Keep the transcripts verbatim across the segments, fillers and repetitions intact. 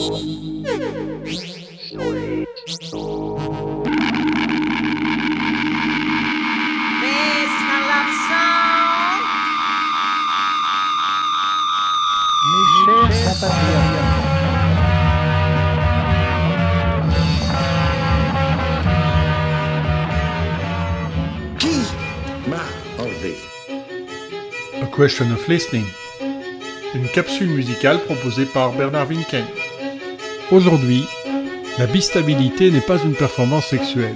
A Question of Listening, une capsule musicale proposée par Bernard Winken. Aujourd'hui, la bistabilité n'est pas une performance sexuelle.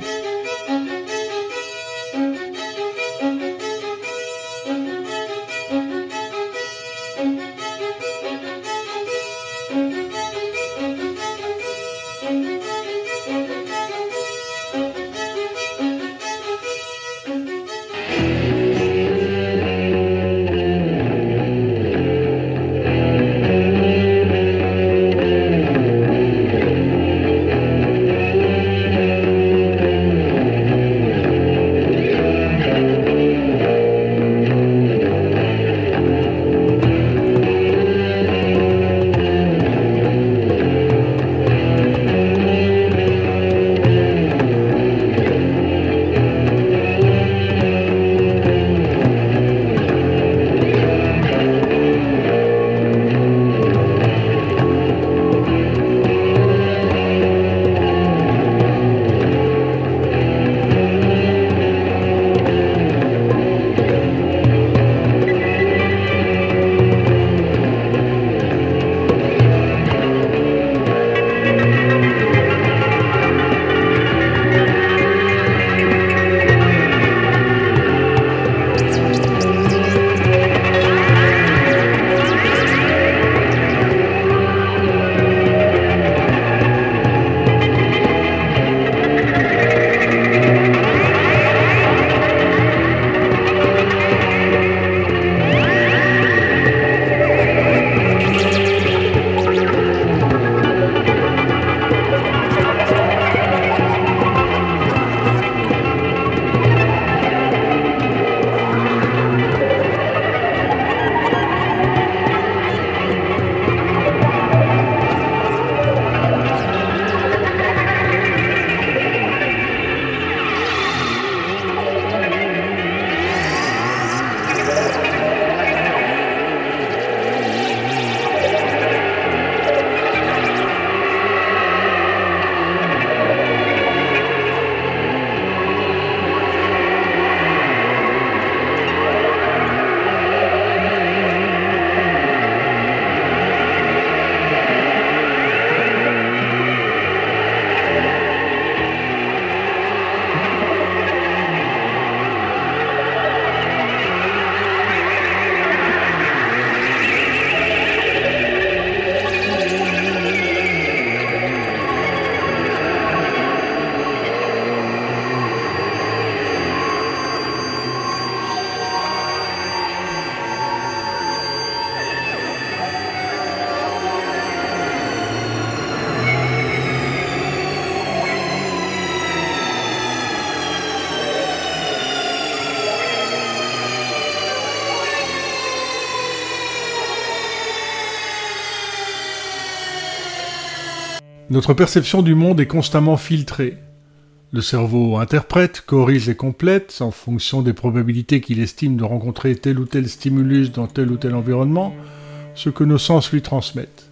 Notre perception du monde est constamment filtrée. Le cerveau interprète, corrige et complète, en fonction des probabilités qu'il estime de rencontrer tel ou tel stimulus dans tel ou tel environnement, ce que nos sens lui transmettent.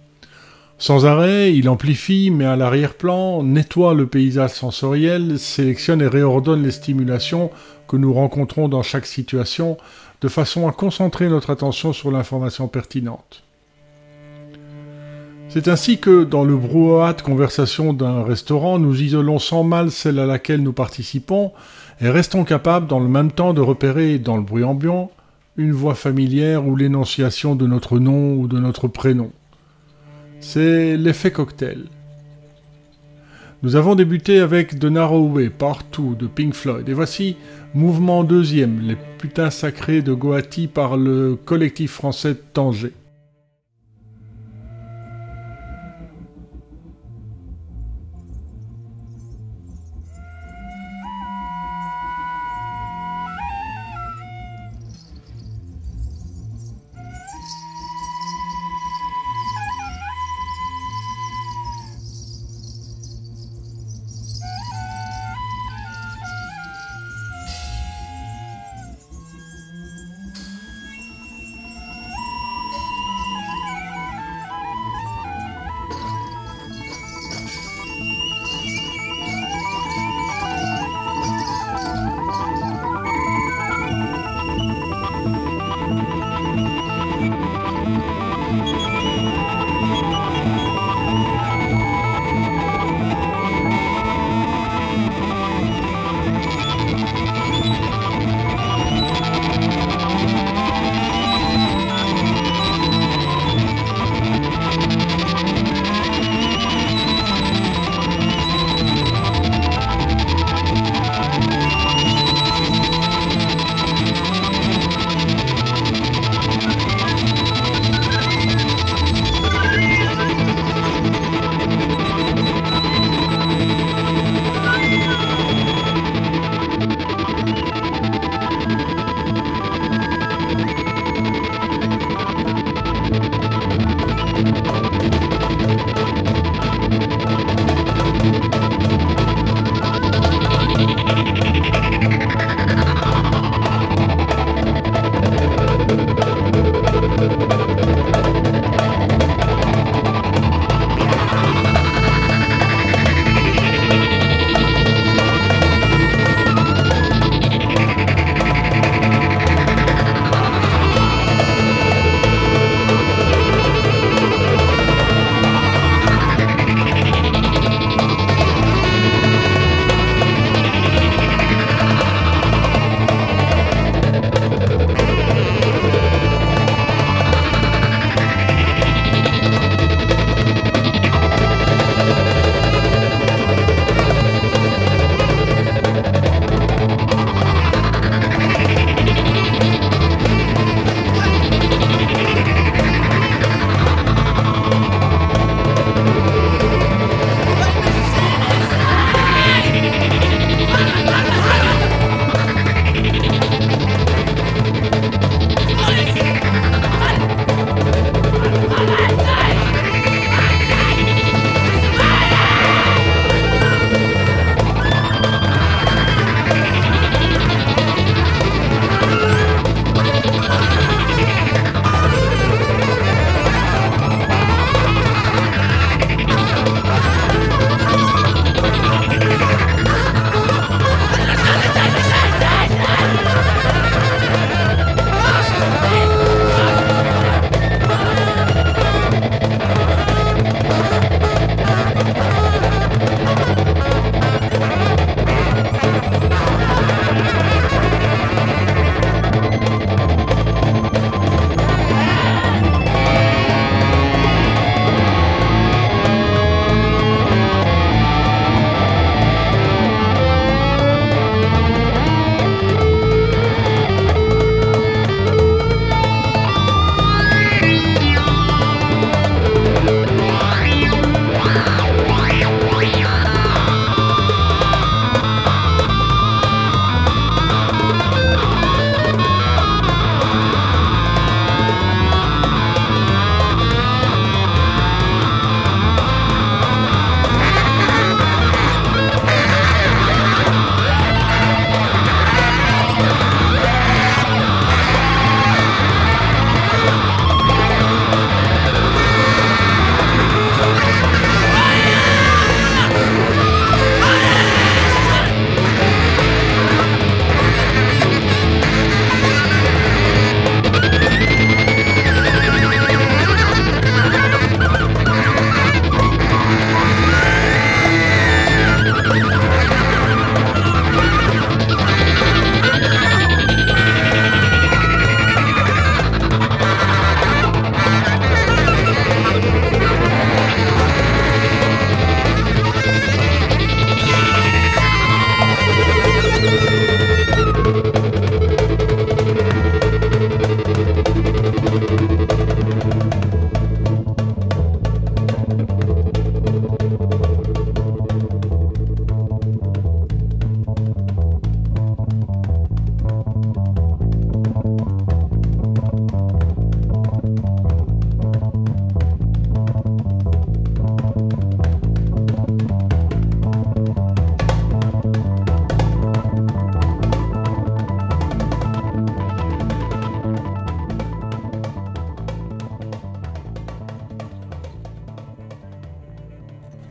Sans arrêt, il amplifie, met à l'arrière-plan, nettoie le paysage sensoriel, sélectionne et réordonne les stimulations que nous rencontrons dans chaque situation, de façon à concentrer notre attention sur l'information pertinente. C'est ainsi que, dans le brouhaha de conversation d'un restaurant, nous isolons sans mal celle à laquelle nous participons et restons capables, dans le même temps, de repérer, dans le bruit ambiant, une voix familière ou l'énonciation de notre nom ou de notre prénom. C'est l'effet cocktail. Nous avons débuté avec The Narrow Way, Part deux de Pink Floyd, et voici Mouvement deuxième, Les putains sacrés de Goati par le collectif français Tanger.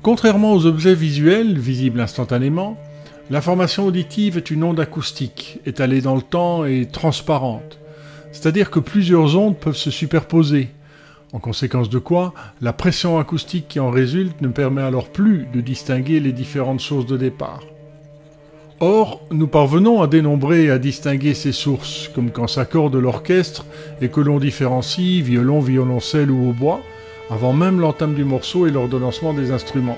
Contrairement aux objets visuels, visibles instantanément, l'information auditive est une onde acoustique, étalée dans le temps et transparente. C'est-à-dire que plusieurs ondes peuvent se superposer, en conséquence de quoi, la pression acoustique qui en résulte ne permet alors plus de distinguer les différentes sources de départ. Or, nous parvenons à dénombrer et à distinguer ces sources, comme quand s'accorde l'orchestre et que l'on différencie violon, violoncelle ou hautbois, avant même l'entame du morceau et l'ordonnancement des instruments.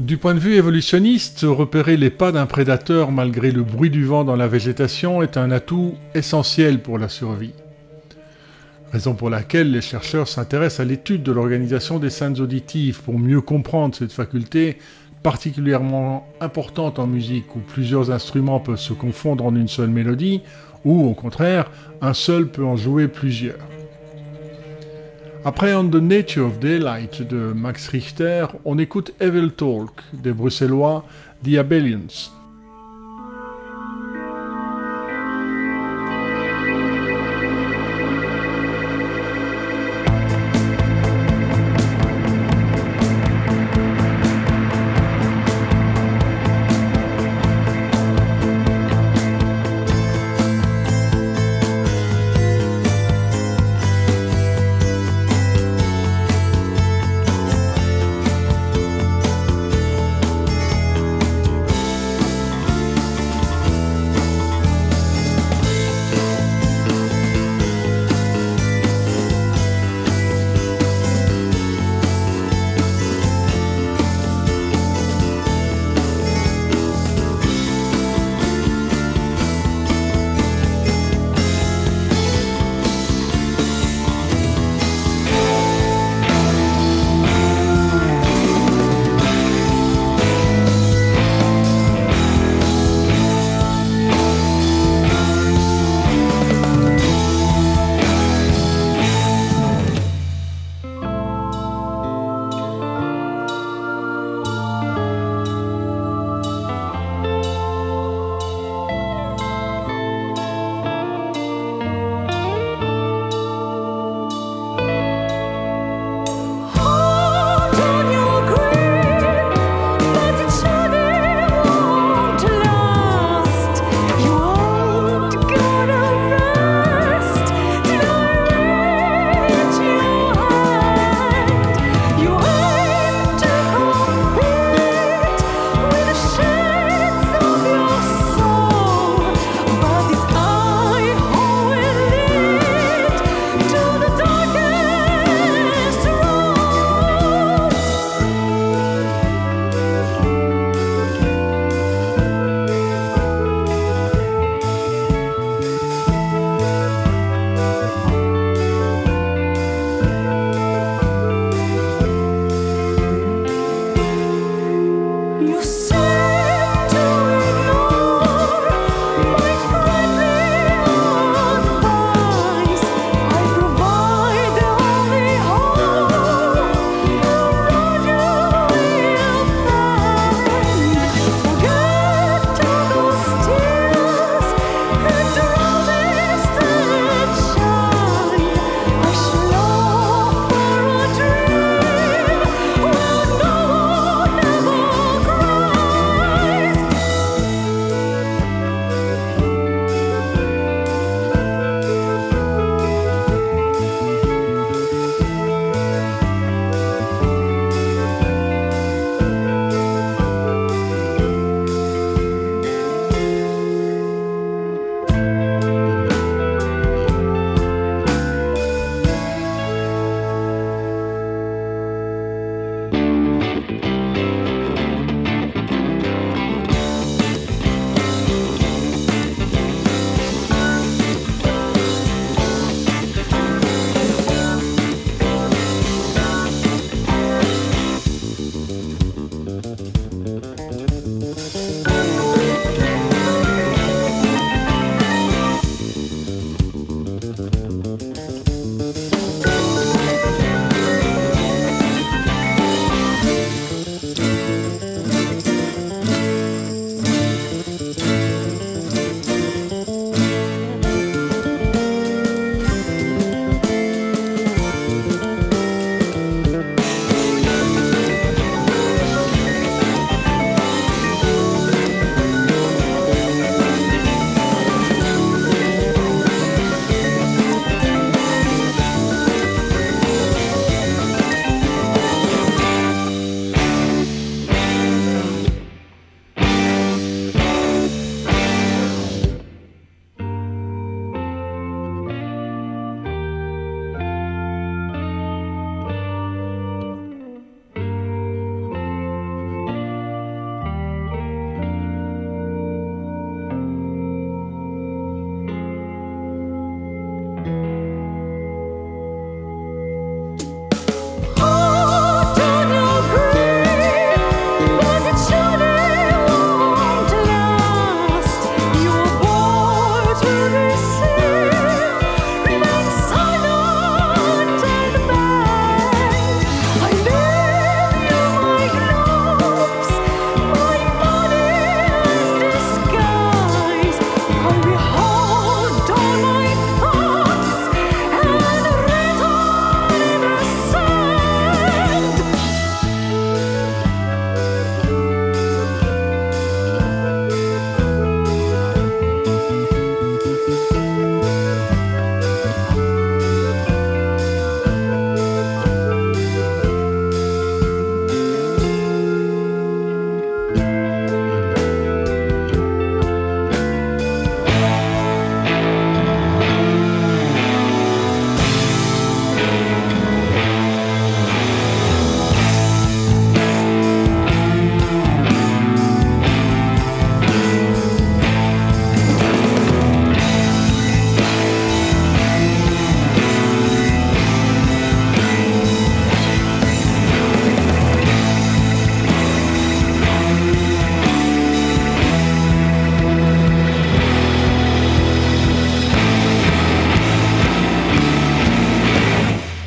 Du point de vue évolutionniste, repérer les pas d'un prédateur malgré le bruit du vent dans la végétation est un atout essentiel pour la survie. Raison pour laquelle les chercheurs s'intéressent à l'étude de l'organisation des scènes auditives pour mieux comprendre cette faculté particulièrement importante en musique où plusieurs instruments peuvent se confondre en une seule mélodie ou, au contraire, un seul peut en jouer plusieurs. Après On the Nature of Daylight de Max Richter, on écoute Evil Talk des Bruxellois The Abelians.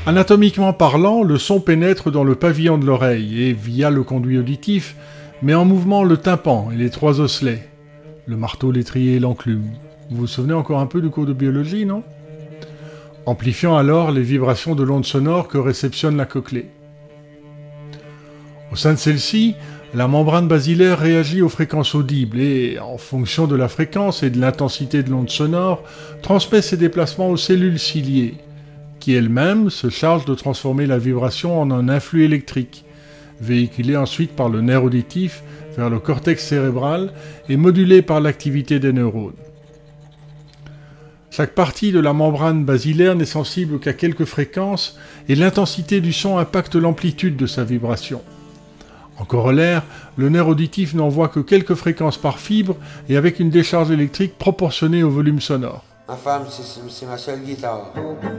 Anatomiquement parlant, le son pénètre dans le pavillon de l'oreille et, via le conduit auditif, met en mouvement le tympan et les trois osselets, le marteau, l'étrier et l'enclume. Vous vous souvenez encore un peu du cours de biologie, non ? Amplifiant alors les vibrations de l'onde sonore que réceptionne la cochlée. Au sein de celle-ci, la membrane basilaire réagit aux fréquences audibles et, en fonction de la fréquence et de l'intensité de l'onde sonore, transmet ses déplacements aux cellules ciliées, qui elles-mêmes se chargent de transformer la vibration en un influx électrique, véhiculé ensuite par le nerf auditif vers le cortex cérébral et modulé par l'activité des neurones. Chaque partie de la membrane basilaire n'est sensible qu'à quelques fréquences et l'intensité du son impacte l'amplitude de sa vibration. En corollaire, le nerf auditif n'envoie que quelques fréquences par fibre et avec une décharge électrique proportionnée au volume sonore. Ma femme, c'est, c'est ma seule guitare.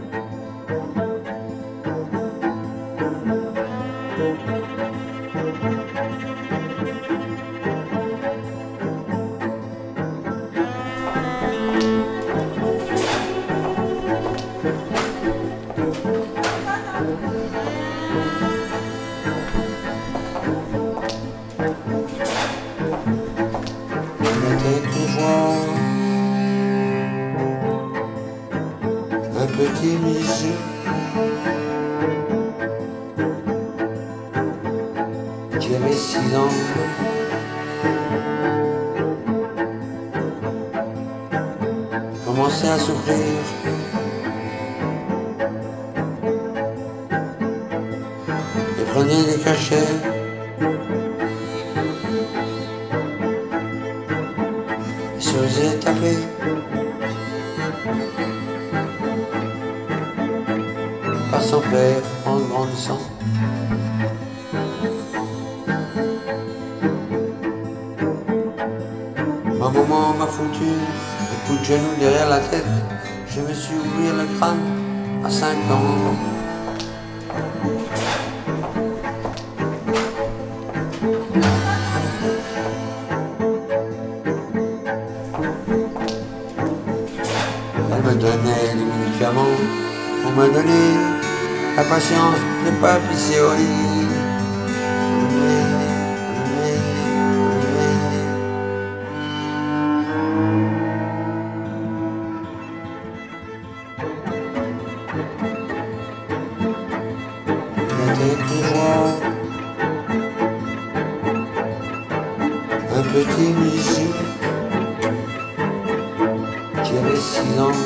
Un petit monsieur qui avait six ans, commençait à souffrir. Et prenait des cachets. Il se faisait taper. Par son père en grandissant. Ma maman m'a foutu un coup de genou derrière la tête. Je me suis ouvert le crâne à cinq ans. Elle me donnait des médicaments pour me donner la patience de ne pas pisser au lit. Il était toujours un petit monsieur qui avait six ans.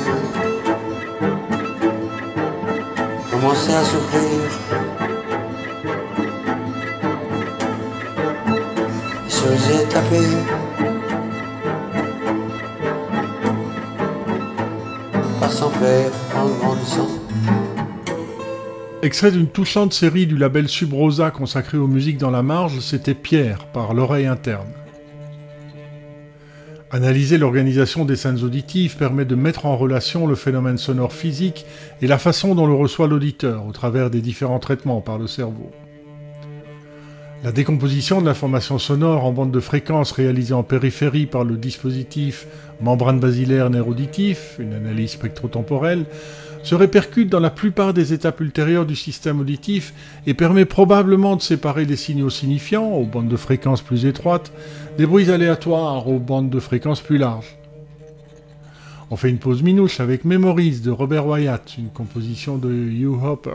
Commençait à souffrir. Il se faisait taper. Par son père en grandissant. Extrait d'une touchante série du label Subrosa consacrée aux musiques dans la marge, c'était Pierre, par l'oreille interne. Analyser l'organisation des scènes auditives permet de mettre en relation le phénomène sonore physique et la façon dont le reçoit l'auditeur, au travers des différents traitements par le cerveau. La décomposition de l'information sonore en bande de fréquences réalisée en périphérie par le dispositif membrane basilaire nerf auditif, une analyse spectrotemporelle, se répercute dans la plupart des étapes ultérieures du système auditif et permet probablement de séparer les signaux signifiants, aux bandes de fréquences plus étroites, des bruits aléatoires, aux bandes de fréquences plus larges. On fait une pause minouche avec Memories de Robert Wyatt, une composition de Hugh Hopper.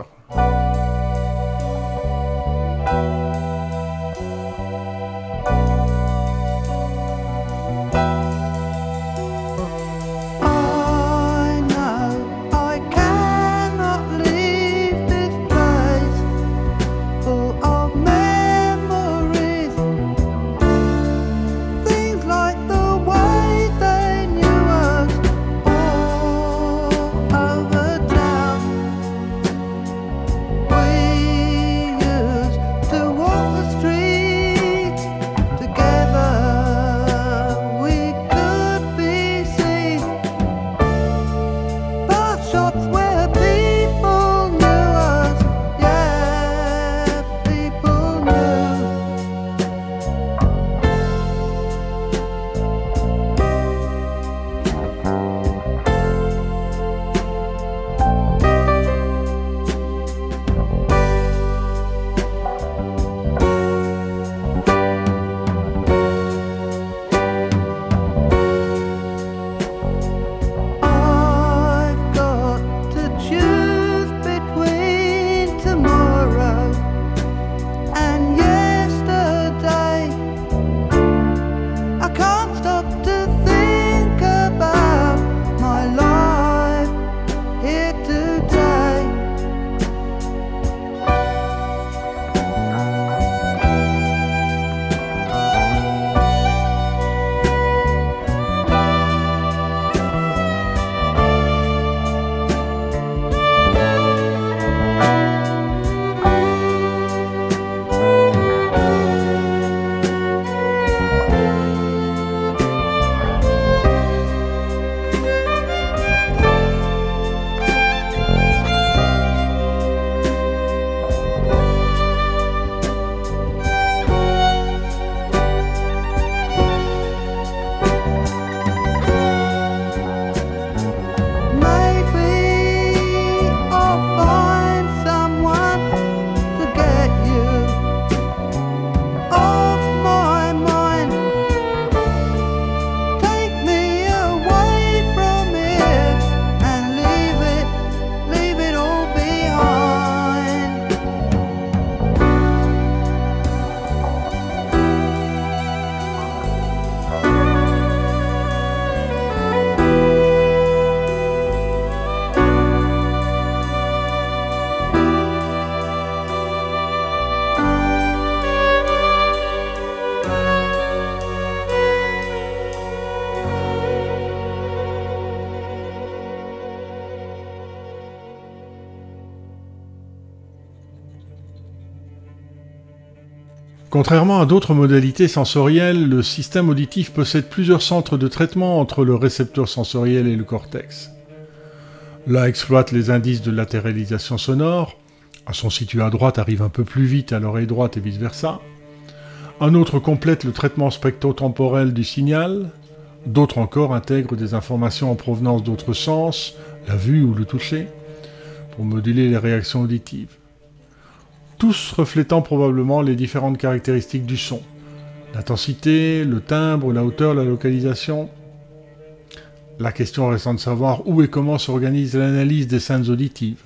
Contrairement à d'autres modalités sensorielles, le système auditif possède plusieurs centres de traitement entre le récepteur sensoriel et le cortex. L'un exploite les indices de latéralisation sonore, un son situé à droite arrive un peu plus vite à l'oreille droite et vice-versa. Un autre complète le traitement spectro-temporel du signal. D'autres encore intègrent des informations en provenance d'autres sens, la vue ou le toucher, pour moduler les réactions auditives. Tous reflétant probablement les différentes caractéristiques du son. L'intensité, le timbre, la hauteur, la localisation. La question restant de savoir où et comment s'organise l'analyse des scènes auditives.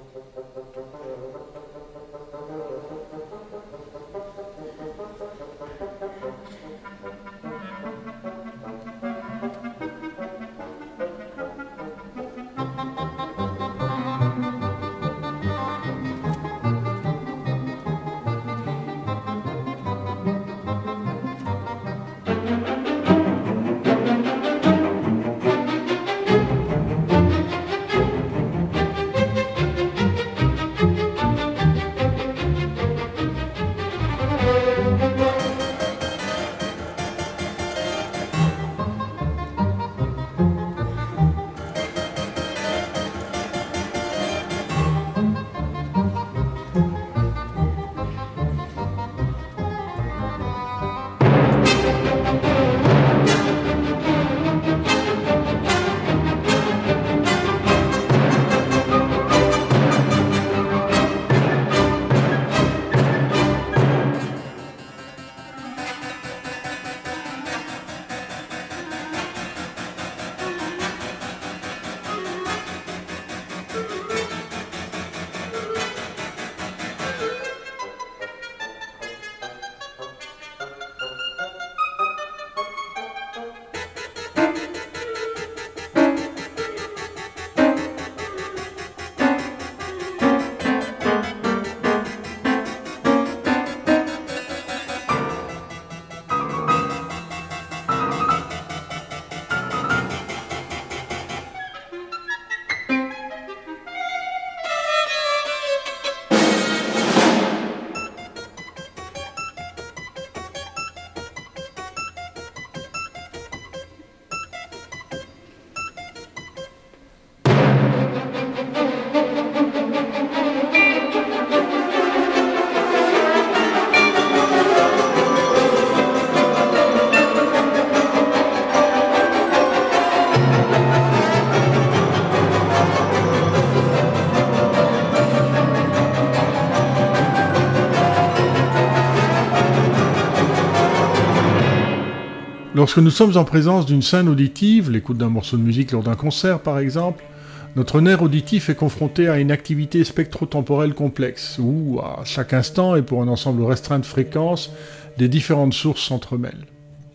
Lorsque nous sommes en présence d'une scène auditive, l'écoute d'un morceau de musique lors d'un concert par exemple, notre nerf auditif est confronté à une activité spectro-temporelle complexe, où, à chaque instant et pour un ensemble restreint de fréquences, les différentes sources s'entremêlent.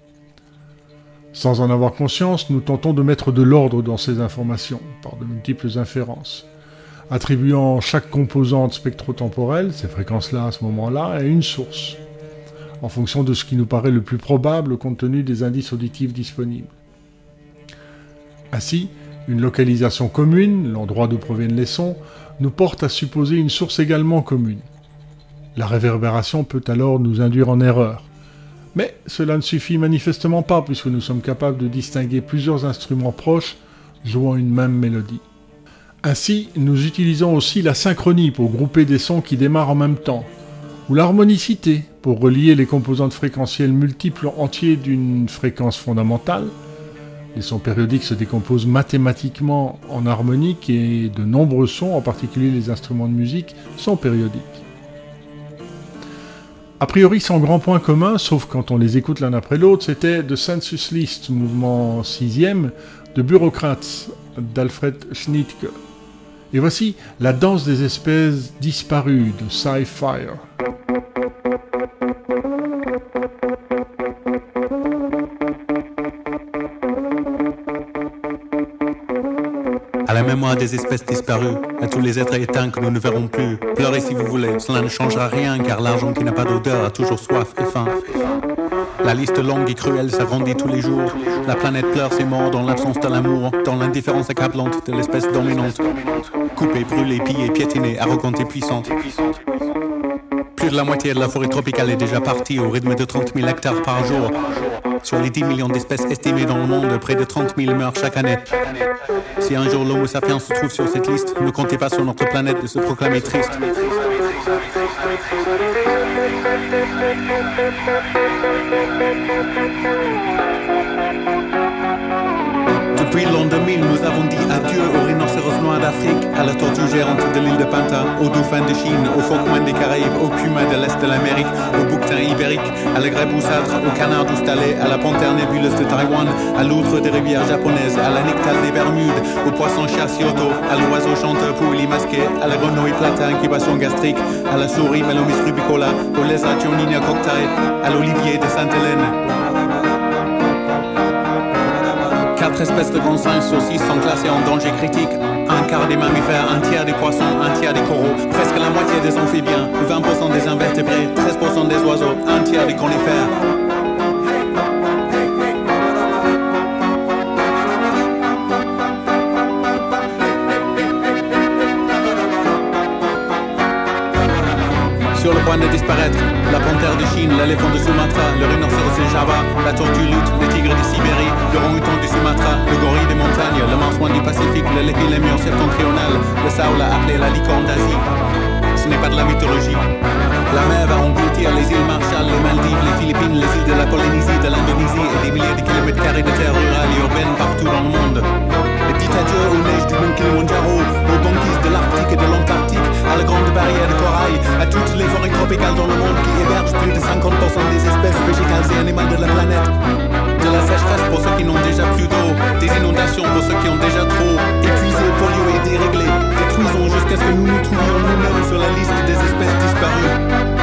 Sans en avoir conscience, nous tentons de mettre de l'ordre dans ces informations, par de multiples inférences, attribuant chaque composante spectro-temporelle, ces fréquences-là à ce moment-là, à une source, en fonction de ce qui nous paraît le plus probable compte tenu des indices auditifs disponibles. Ainsi, une localisation commune, l'endroit d'où proviennent les sons, nous porte à supposer une source également commune. La réverbération peut alors nous induire en erreur. Mais cela ne suffit manifestement pas puisque nous sommes capables de distinguer plusieurs instruments proches jouant une même mélodie. Ainsi, nous utilisons aussi la synchronie pour grouper des sons qui démarrent en même temps, ou l'harmonicité pour relier les composantes fréquentielles multiples entiers d'une fréquence fondamentale. Les sons périodiques se décomposent mathématiquement en harmoniques et de nombreux sons, en particulier les instruments de musique, sont périodiques. A priori sans grand point commun, sauf quand on les écoute l'un après l'autre, c'était The Census List, mouvement sixième, de Bureaucrats, d'Alfred Schnittke. Et voici La danse des espèces disparues de Cy Fire. À la mémoire des espèces disparues, à tous les êtres éteints que nous ne verrons plus. Pleurez si vous voulez, cela ne changera rien, car l'argent qui n'a pas d'odeur a toujours soif et faim. La liste longue et cruelle s'agrandit tous les jours. La planète pleure ses morts dans l'absence de l'amour, dans l'indifférence accablante de l'espèce dominante. Coupée, brûlée, pillée, piétinée, arrogante et puissante. Plus de la moitié de la forêt tropicale est déjà partie au rythme de trente mille hectares par jour. Sur les dix millions d'espèces estimées dans le monde, près de trente mille meurent chaque année. Si un jour l'Homo sapiens se trouve sur cette liste, ne comptez pas sur notre planète de se proclamer triste. Depuis l'an deux mille, nous avons dit adieu aux rhinocéros noirs d'Afrique, à la tortue géante de l'île de Panta, aux dauphins de Chine, aux phoques des Caraïbes, aux pumas de l'Est de l'Amérique, aux bouquetins ibériques, à la grèbe roussâtre, aux canards d'Oustalais, à la panthère nébuleuse de Taïwan, à l'outre des rivières japonaises, à la nyctale des Bermudes, aux poissons chassioto, à l'oiseau chanteur pouilly masqué, à la grenouille plate à incubation gastrique, à la souris Melomis rubicola, au lézard Chioninia coctae, à l'olivier de Sainte-Hélène. Quatre espèces de grands singes sur six sont classées en danger critique. Un quart des mammifères, un tiers des poissons, un tiers des coraux, presque la moitié des amphibiens, vingt pour cent des invertébrés, treize pour cent des oiseaux, un tiers des conifères. Sur le point de disparaître, la panthère de Chine, l'éléphant de Sumatra, le rhinocéros de Java, la tortue lutte, le tigre de Sibérie, le orang-outan du Sumatra, le gorille des montagnes, le marsouin du Pacifique, le lépilémur septentrional, le saoula appelé la licorne d'Asie. Ce n'est pas de la mythologie. La mer va engloutir les îles Marshall, les Maldives, les Philippines, les îles de la Polynésie, de l'Indonésie et des milliers de kilomètres carrés de terres rurales et urbaines partout dans le monde. Et dites adieu aux neiges du mont Kilimanjaro, aux banquises de l'Arctique et de l'Antarctique, à la grande barrière de corail, à toutes les forêts tropicales dans le monde qui hébergent plus de cinquante pour cent des espèces végétales et animales de la planète. De la sécheresse pour ceux qui n'ont déjà plus d'eau, des inondations pour ceux qui ont déjà trop, épuisés, pollués, déréglés, détruisons jusqu'à ce que nous nous trouvions nous-mêmes sur la liste des espèces disparues.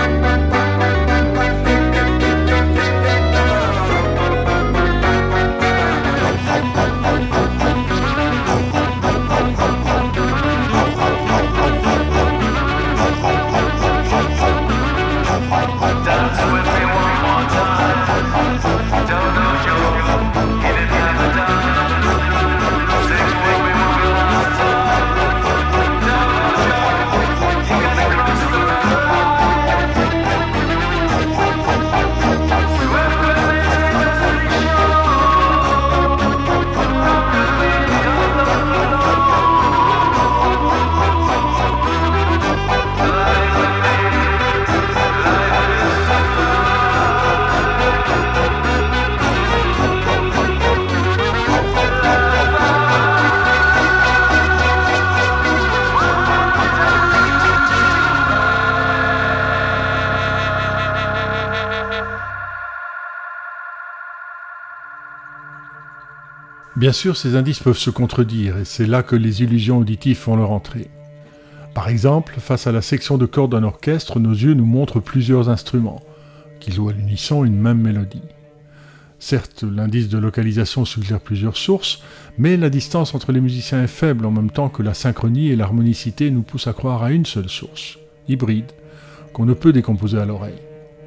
Bien sûr, ces indices peuvent se contredire, et c'est là que les illusions auditives font leur entrée. Par exemple, face à la section de cordes d'un orchestre, nos yeux nous montrent plusieurs instruments, qui jouent à l'unisson une même mélodie. Certes, l'indice de localisation suggère plusieurs sources, mais la distance entre les musiciens est faible en même temps que la synchronie et l'harmonicité nous poussent à croire à une seule source, hybride, qu'on ne peut décomposer à l'oreille.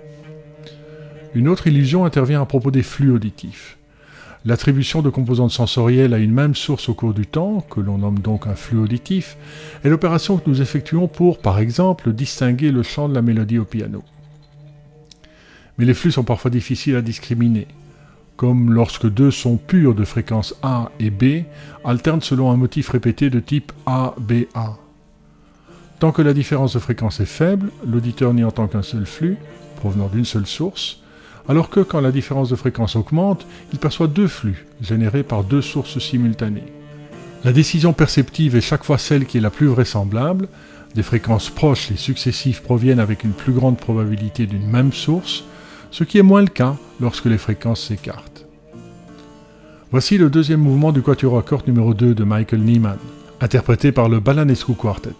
Une autre illusion intervient à propos des flux auditifs. L'attribution de composantes sensorielles à une même source au cours du temps, que l'on nomme donc un flux auditif, est l'opération que nous effectuons pour, par exemple, distinguer le chant de la mélodie au piano. Mais les flux sont parfois difficiles à discriminer, comme lorsque deux sons purs de fréquence A et B alternent selon un motif répété de type A B A. Tant que la différence de fréquence est faible, l'auditeur n'y entend qu'un seul flux, provenant d'une seule source, alors que quand la différence de fréquence augmente, il perçoit deux flux, générés par deux sources simultanées. La décision perceptive est chaque fois celle qui est la plus vraisemblable, des fréquences proches et successives proviennent avec une plus grande probabilité d'une même source, ce qui est moins le cas lorsque les fréquences s'écartent. Voici le deuxième mouvement du quatuor à cordes numéro deux de Michael Nyman, interprété par le Balanescu Quartet.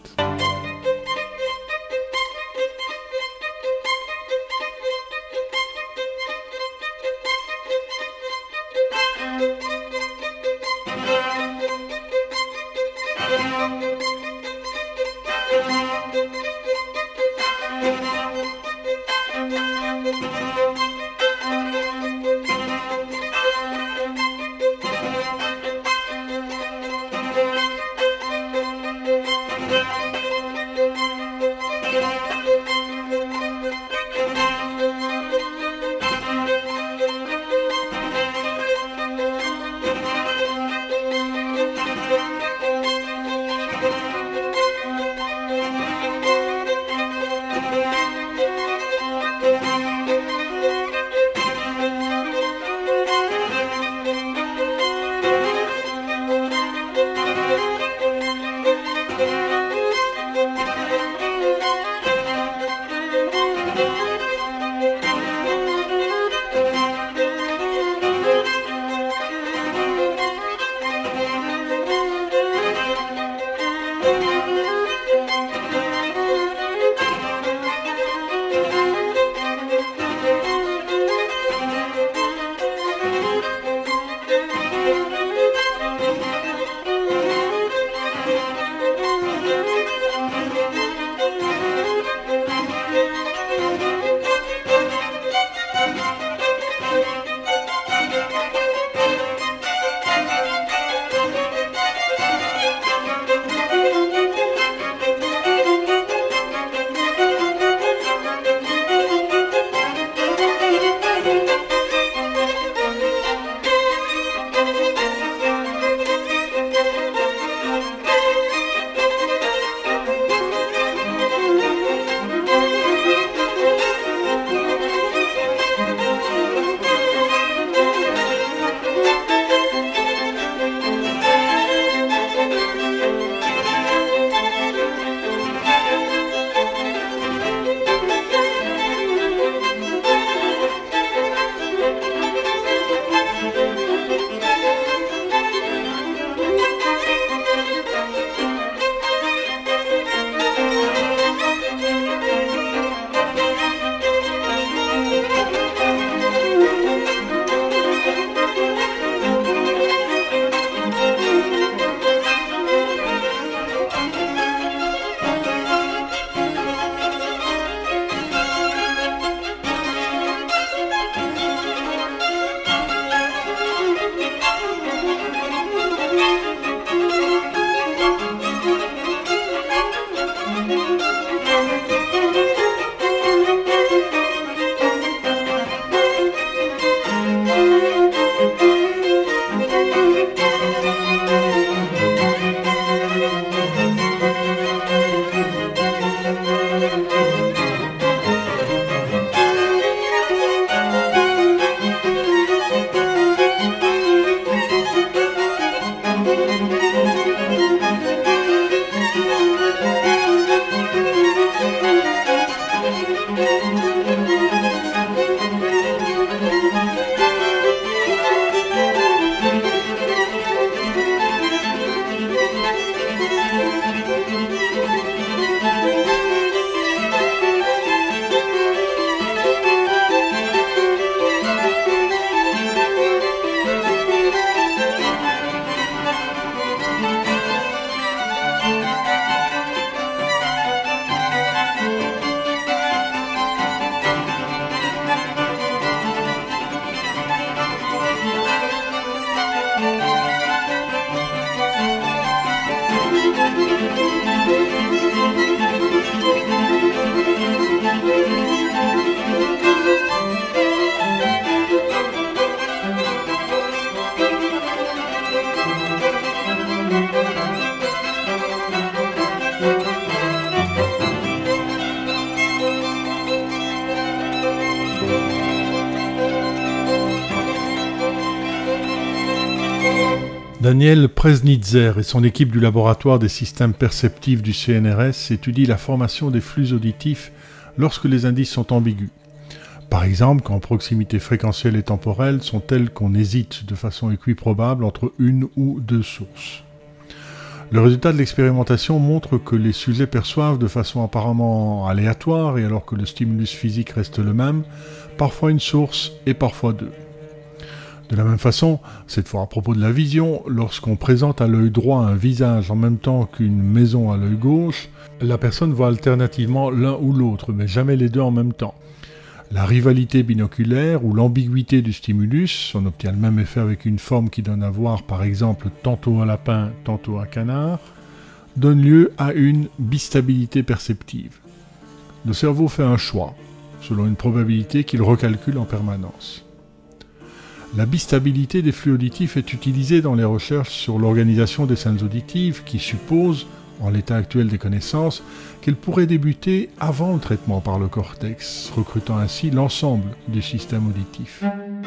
Daniel Presnitzer et son équipe du laboratoire des systèmes perceptifs du C N R S étudient la formation des flux auditifs lorsque les indices sont ambigus. Par exemple, quand proximité fréquentielle et temporelle sont telles qu'on hésite de façon équiprobable entre une ou deux sources. Le résultat de l'expérimentation montre que les sujets perçoivent de façon apparemment aléatoire et alors que le stimulus physique reste le même, parfois une source et parfois deux. De la même façon, cette fois à propos de la vision, lorsqu'on présente à l'œil droit un visage en même temps qu'une maison à l'œil gauche, la personne voit alternativement l'un ou l'autre, mais jamais les deux en même temps. La rivalité binoculaire ou l'ambiguïté du stimulus, on obtient le même effet avec une forme qui donne à voir par exemple tantôt un lapin, tantôt un canard, donne lieu à une bistabilité perceptive. Le cerveau fait un choix, selon une probabilité qu'il recalcule en permanence. La bistabilité des flux auditifs est utilisée dans les recherches sur l'organisation des scènes auditives qui supposent, en l'état actuel des connaissances, qu'elles pourraient débuter avant le traitement par le cortex, recrutant ainsi l'ensemble du système auditif.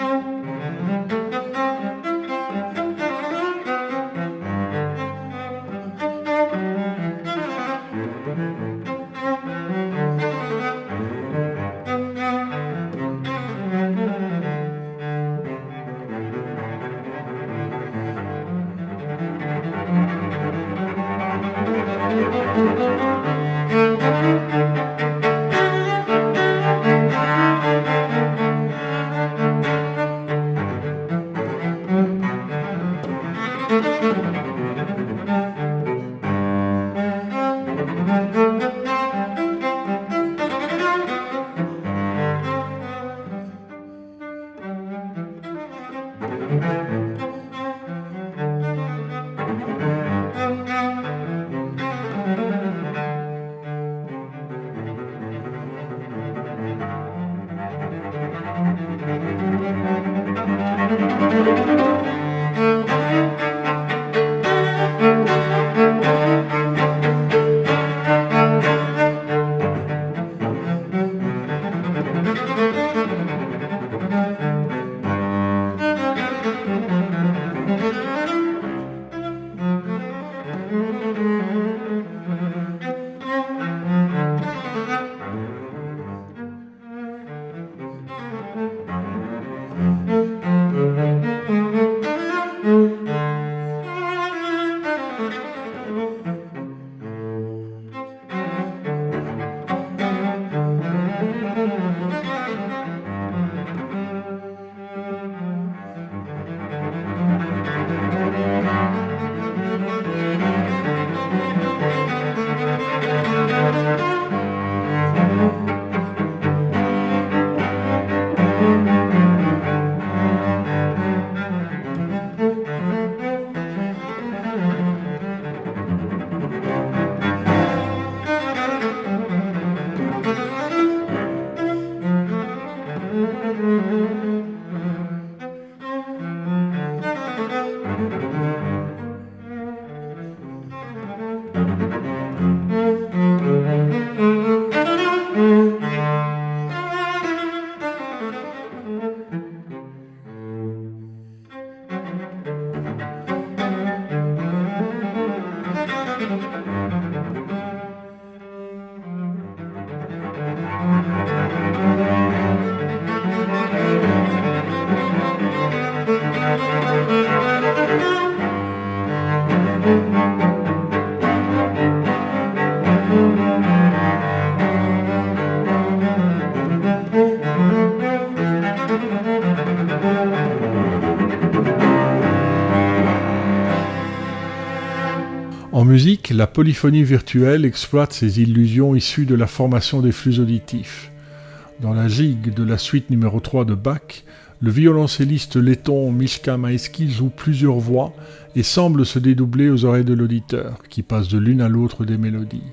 En musique, la polyphonie virtuelle exploite ces illusions issues de la formation des flux auditifs. Dans la gigue de la suite numéro trois de Bach, le violoncelliste letton Miszka Majewski joue plusieurs voix et semble se dédoubler aux oreilles de l'auditeur, qui passe de l'une à l'autre des mélodies.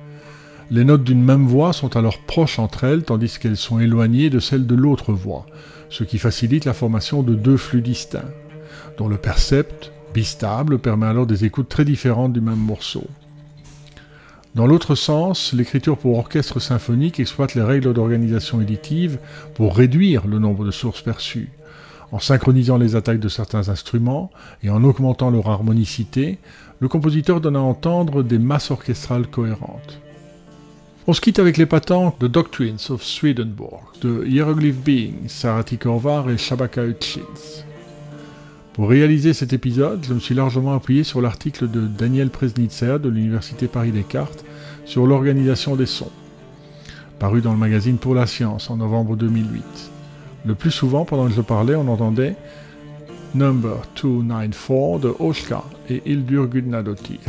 Les notes d'une même voix sont alors proches entre elles, tandis qu'elles sont éloignées de celles de l'autre voix, ce qui facilite la formation de deux flux distincts, dont le percept, bistable, permet alors des écoutes très différentes du même morceau. Dans l'autre sens, l'écriture pour orchestre symphonique exploite les règles d'organisation auditive pour réduire le nombre de sources perçues, En synchronisant les attaques de certains instruments et en augmentant leur harmonicité, le compositeur donne à entendre des masses orchestrales cohérentes. On se quitte avec les patents de Doctrines of Swedenborg, de Hieroglyph Being, Sarati Korvar et Shabaka Hutchins. Pour réaliser cet épisode, je me suis largement appuyé sur l'article de Daniel Presnitzer de l'Université Paris-Descartes sur l'organisation des sons, paru dans le magazine Pour la Science en novembre deux mille huit. Le plus souvent, pendant que je parlais, on entendait Number deux cent quatre-vingt-quatorze de Oshka et Hildur Gudnadottir.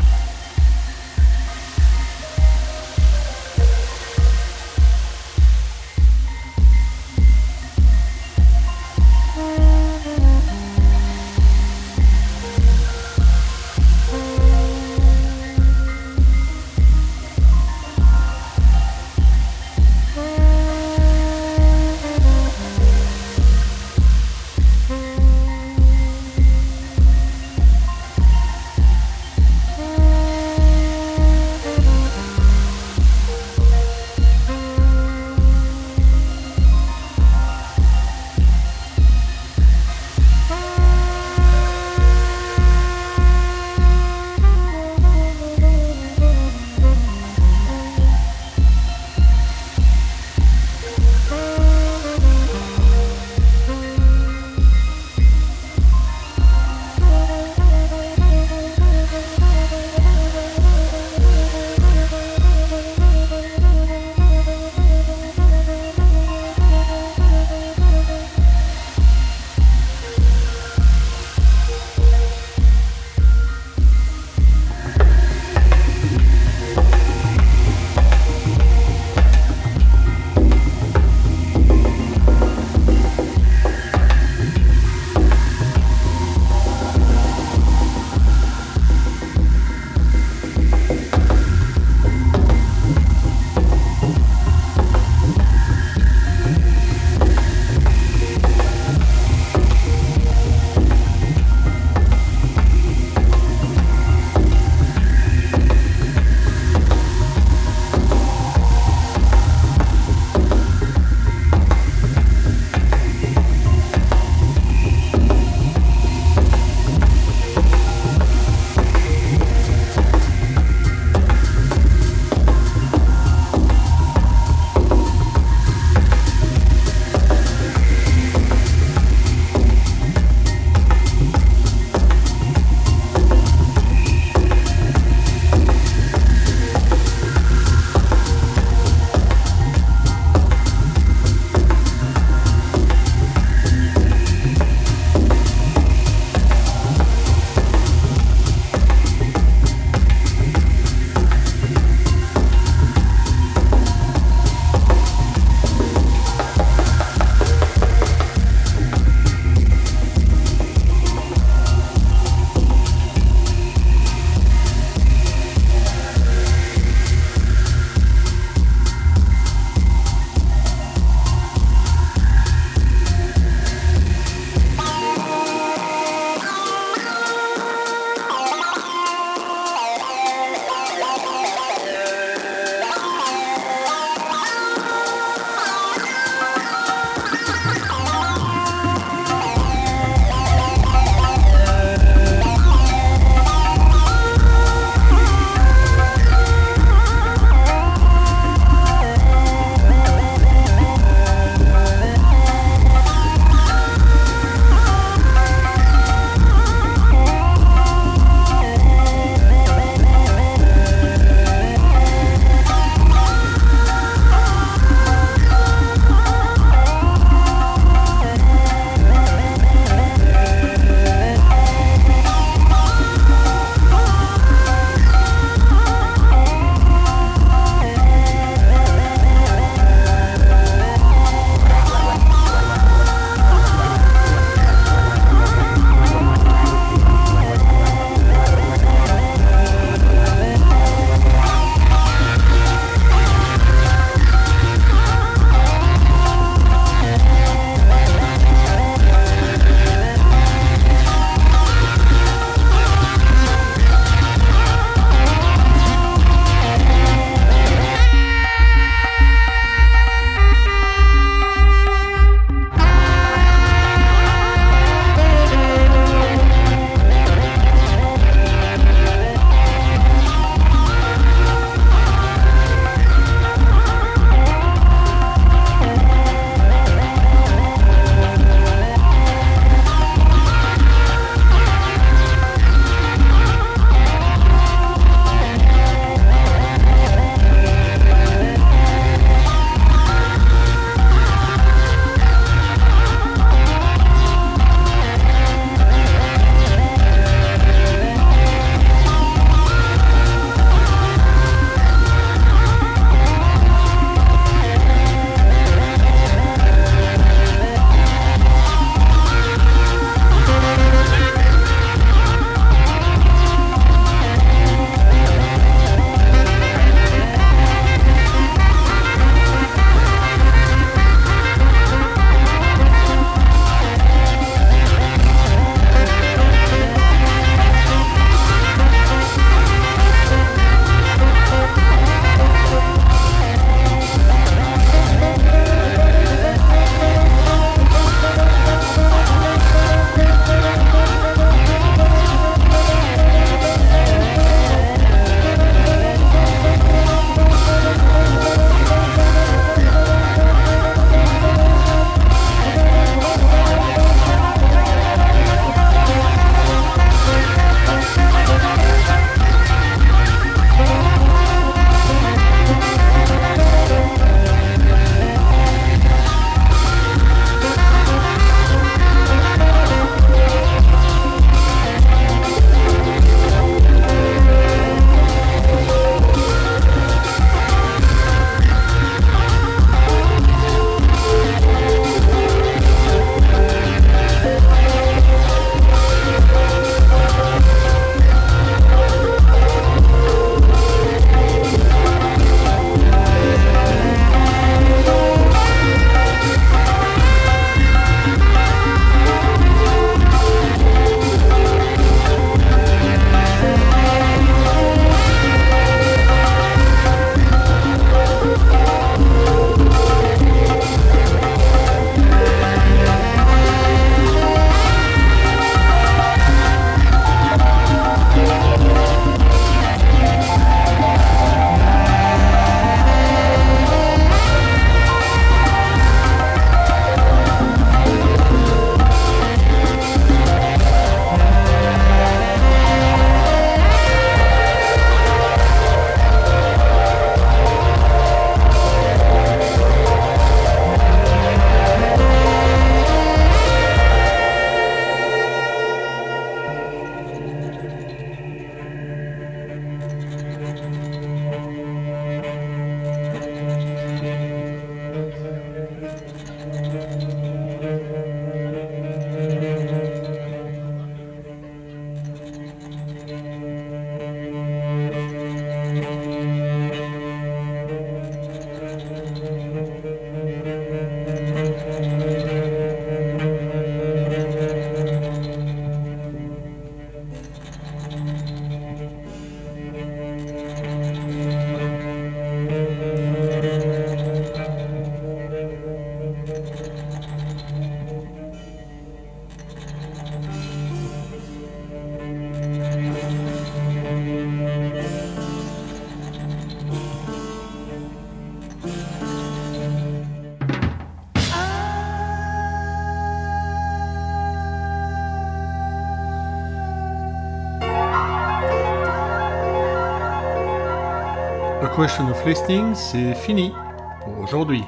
A Question of Listening, c'est fini pour aujourd'hui.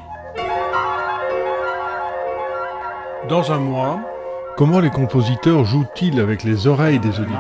Dans un mois, comment les compositeurs jouent-ils avec les oreilles des auditeurs ?